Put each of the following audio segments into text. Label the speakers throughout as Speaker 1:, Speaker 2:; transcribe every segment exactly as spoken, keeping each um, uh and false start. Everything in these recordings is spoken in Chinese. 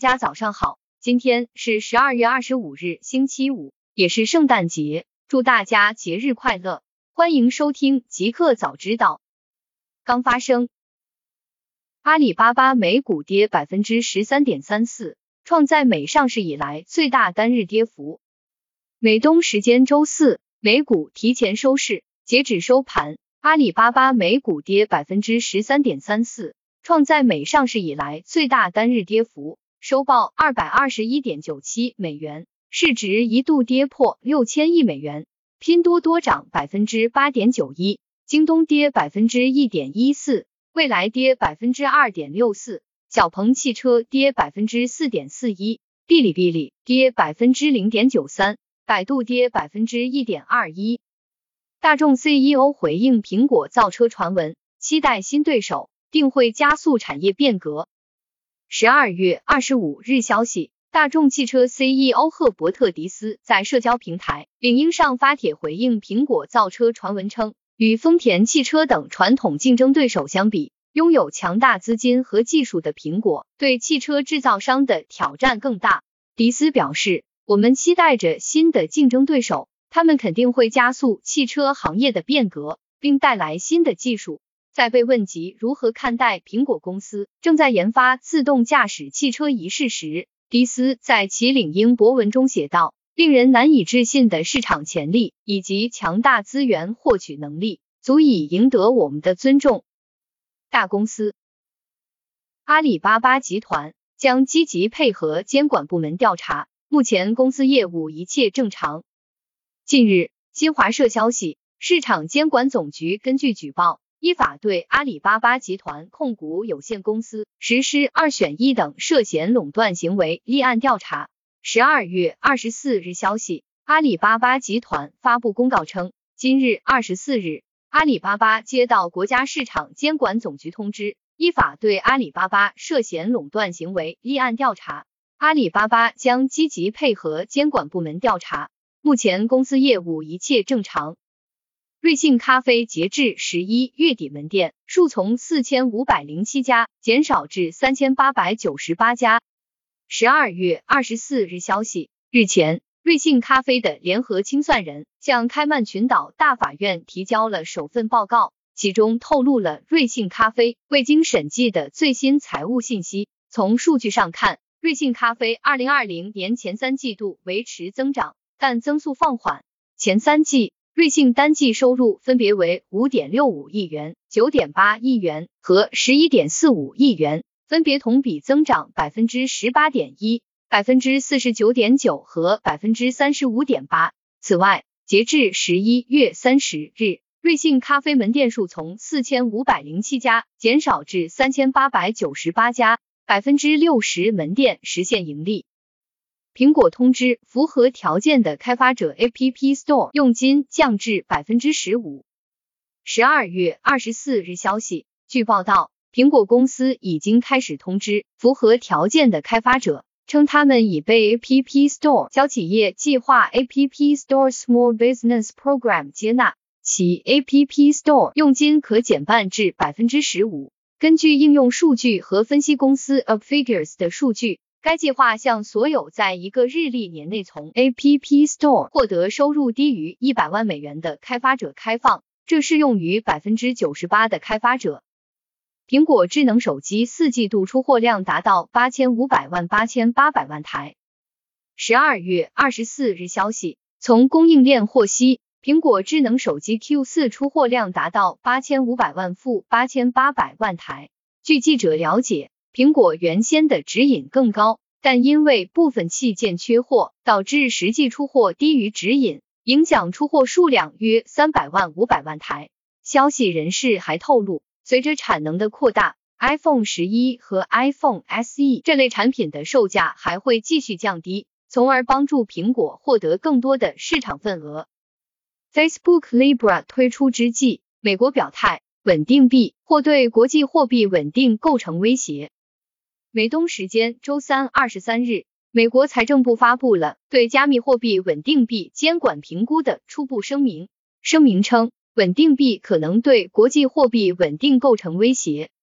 Speaker 1: 大家早上好，今天是十二月二十五日，星期五，也是圣诞节，祝大家节日快乐。欢迎收听极客早知道。刚发生，阿里巴巴美股跌 百分之十三点三四， 创在美上市以来最大单日跌幅。美东时间周四，美股提前收市，截止收盘，阿里巴巴美股跌 百分之十三点三四， 创在美上市以来最大单日跌幅，收报 二百二十一点九七美元，市值一度跌破六千亿美元。拼多多涨 百分之八点九一， 京东跌 百分之一点一四， 蔚来跌 百分之二点六四， 小鹏汽车跌 百分之四点四一， 哔哩哔哩跌 百分之零点九三， 百度跌 百分之一点二一。大众 C E O 回应苹果造车传闻，期待新对手，定会加速产业变革。十二月二十五日消息，大众汽车 C E O 赫伯特·迪斯在社交平台领英上发帖回应苹果造车传闻称，与丰田汽车等传统竞争对手相比，拥有强大资金和技术的苹果对汽车制造商的挑战更大。迪斯表示，我们期待着新的竞争对手，他们肯定会加速汽车行业的变革，并带来新的技术。在被问及如何看待苹果公司正在研发自动驾驶汽车一事时，迪斯在其领英博文中写道，令人难以置信的市场潜力以及强大资源获取能力，足以赢得我们的尊重。大公司，阿里巴巴集团将积极配合监管部门调查，目前公司业务一切正常。近日，新华社消息，市场监管总局根据举报，依法对阿里巴巴集团控股有限公司实施二选一等涉嫌垄断行为立案调查。十二月二十四日消息，阿里巴巴集团发布公告称，今日二十四日，阿里巴巴接到国家市场监管总局通知，依法对阿里巴巴涉嫌垄断行为立案调查。阿里巴巴将积极配合监管部门调查，目前公司业务一切正常。瑞幸咖啡截至十一月底门店数从四千五百零七家减少至三千八百九十八家。十二月二十四日消息，日前，瑞幸咖啡的联合清算人向开曼群岛大法院提交了首份报告，其中透露了瑞幸咖啡未经审计的最新财务信息。从数据上看，瑞幸咖啡二零二零年前三季度维持增长，但增速放缓。前三季瑞幸单季收入分别为 五点六五亿元、九点八亿元和 十一点四五亿元，分别同比增长 百分之十八点一、百分之四十九点九 和 百分之三十五点八。此外，截至十一月三十日，瑞幸咖啡门店数从四千五百零七家减少至三千八百九十八家， 百分之六十 门店实现盈利。苹果通知符合条件的开发者 App Store 佣金降至 百分之十五。十二月二十四日消息，据报道，苹果公司已经开始通知符合条件的开发者，称他们已被 App Store 小企业计划 App Store Small Business Program 接纳，其 App Store 佣金可减半至 百分之十五。根据应用数据和分析公司 Appfigures 的数据，该计划向所有在一个日历年内从 App Store 获得收入低于一百万美元的开发者开放，这适用于 百分之九十八 的开发者。苹果智能手机四季度出货量达到八千五百万八千八百万台。十二月二十四日消息，从供应链获悉，苹果智能手机 Q 四 出货量达到八千五百万负八千八百万台。据记者了解，苹果原先的指引更高，但因为部分器件缺货，导致实际出货低于指引，影响出货数量约三百万五百万台。消息人士还透露，随着产能的扩大， iPhone 十一和 iPhone S E 这类产品的售价还会继续降低，从而帮助苹果获得更多的市场份额。Facebook Libra 推出之际，美国表态，稳定币或对国际货币稳定构成威胁。美东时间周三二十三日，美国财政部发布了对加密货币稳定币监管评估的初步声明。声明称，稳定币可能对国际货币稳定构成威胁，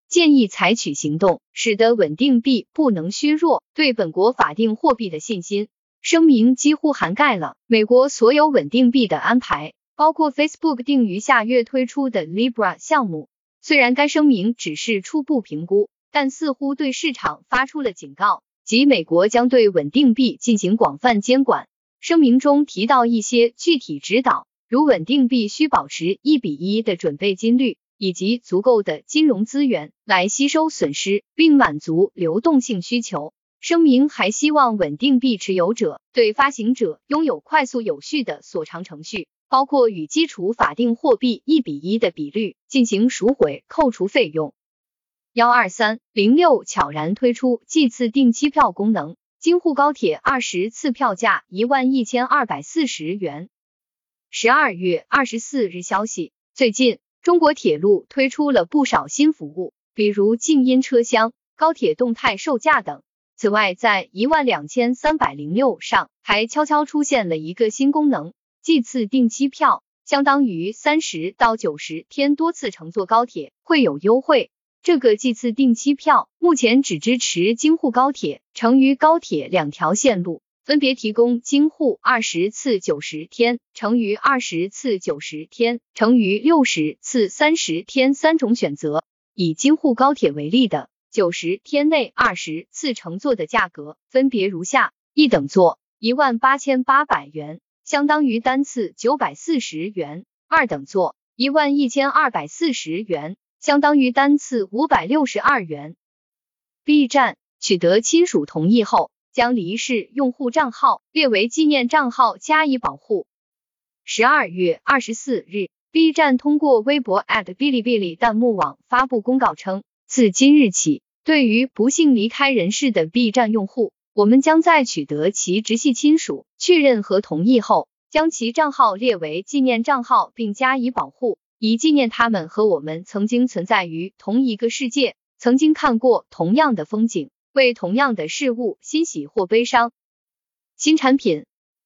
Speaker 1: 建议采取行动，使得稳定币不能削弱对本国法定货币的信心。声明几乎涵盖了美国所有稳定币的安排，包括 Facebook 定于下月推出的 Libra 项目。虽然该声明只是初步评估，但似乎对市场发出了警告，即美国将对稳定币进行广泛监管。声明中提到一些具体指导，如稳定币需保持一比一的准备金率，以及足够的金融资源来吸收损失，并满足流动性需求。声明还希望稳定币持有者对发行者拥有快速有序的锁偿程序，包括与基础法定货币一比一的比率进行赎回扣除费用。一二三零六悄然推出计次订机票功能，京沪高铁二十次票价一万一千二百四十元。十二月二十四日消息，最近中国铁路推出了不少新服务，比如静音车厢、高铁动态售价等。此外，在一万两千三百零六上还悄悄出现了一个新功能，计次订机票，相当于三十到九十天多次乘坐高铁会有优惠。这个计次订机票目前只支持京沪高铁、成渝高铁两条线路，分别提供京沪二十次九十天、成渝二十次九十天、成渝六十次三十天三种选择。以京沪高铁为例的九十天内二十次乘坐的价格分别如下：一等座一万八千八百元，相当于单次九百四十元；二等座一万一千二百四十元，相当于单次五百六十二元。B 站取得亲属同意后，将离世用户账号列为纪念账号加以保护。十二月二十四日 ，B 站通过微博 at 哔哩哔哩弹幕网发布公告称，自今日起，对于不幸离开人世的 B 站用户，我们将在取得其直系亲属确认和同意后，将其账号列为纪念账号并加以保护，以纪念他们和我们曾经存在于同一个世界，曾经看过同样的风景，为同样的事物欣喜或悲伤。新产品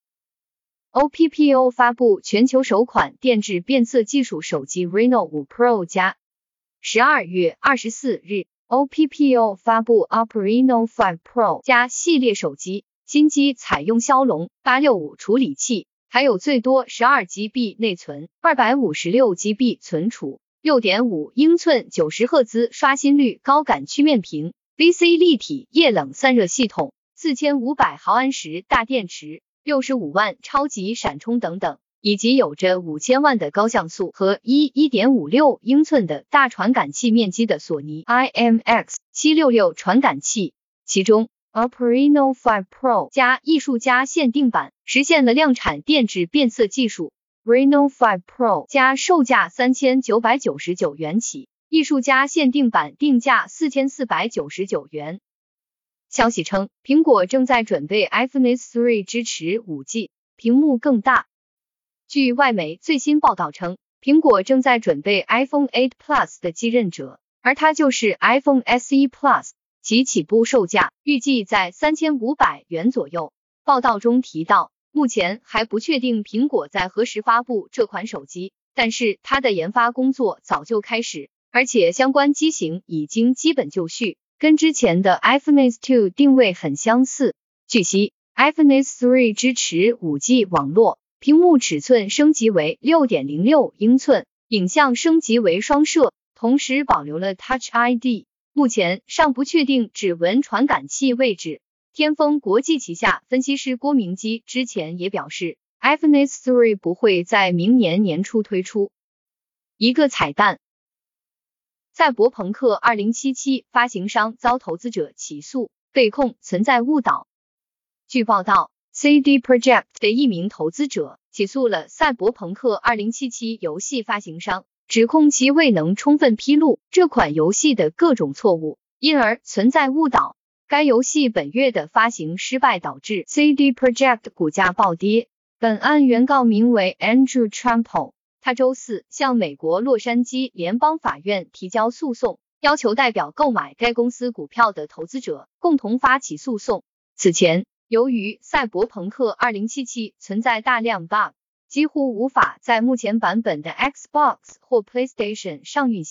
Speaker 1: O P P O 发布全球首款电致变色技术手机 Reno 五 Pro 加。十二月二十四日 ，O P P O 发布 Oppo Reno 五 Pro 加系列手机，新机采用骁龙八六五处理器，还有最多 十二 G B 内存， 二百五十六 G B 存储， 六点五英寸九十赫兹刷新率高感曲面屏， V C 立体液冷散热系统，四千五百毫安时大电池，六十五万超级闪充等等，以及有着五千万的高像素和 一点五六英寸的大传感器面积的索尼 I M X 七六六传感器。其中 Oppo Reno 五 Pro 加艺术家限定版实现了量产电致变色技术， Reno 五 Pro 加售价三千九百九十九元起，艺术家限定版定价四千四百九十九元。消息称，苹果正在准备 iPhone 十三支持 五 G， 屏幕更大。据外媒最新报道称，苹果正在准备 iPhone 八 Plus 的继任者，而它就是 iPhone 十一 Plus， 其起步售价预计在三千五百元左右。报道中提到，目前还不确定苹果在何时发布这款手机，但是它的研发工作早就开始，而且相关机型已经基本就绪，跟之前的 iPhone 十二定位很相似。据悉 iPhone 十三支持 五 G 网络，屏幕尺寸升级为 六点零六英寸，影像升级为双摄，同时保留了 Touch I D。 目前尚不确定指纹传感器位置。天风国际旗下分析师郭明基之前也表示， iPhone 十三不会在明年年初推出。一个彩蛋，赛博朋克二零七七发行商遭投资者起诉，被控存在误导。据报道， C D Projekt 的一名投资者起诉了赛博朋克二零七七游戏发行商，指控其未能充分披露这款游戏的各种错误，因而存在误导。该游戏本月的发行失败导致 C D Projekt 股价暴跌。本案原告名为 Andrew Trample， 他周四向美国洛杉矶联邦法院提交诉讼，要求代表购买该公司股票的投资者共同发起诉讼。此前，由于赛博朋克二零七七存在大量 bug， 几乎无法在目前版本的 Xbox 或 PlayStation 上运行，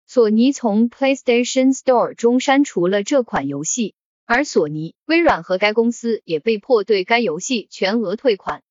Speaker 1: 索尼从 PlayStation Store 中删除了这款游戏，而索尼、微软和该公司也被迫对该游戏全额退款。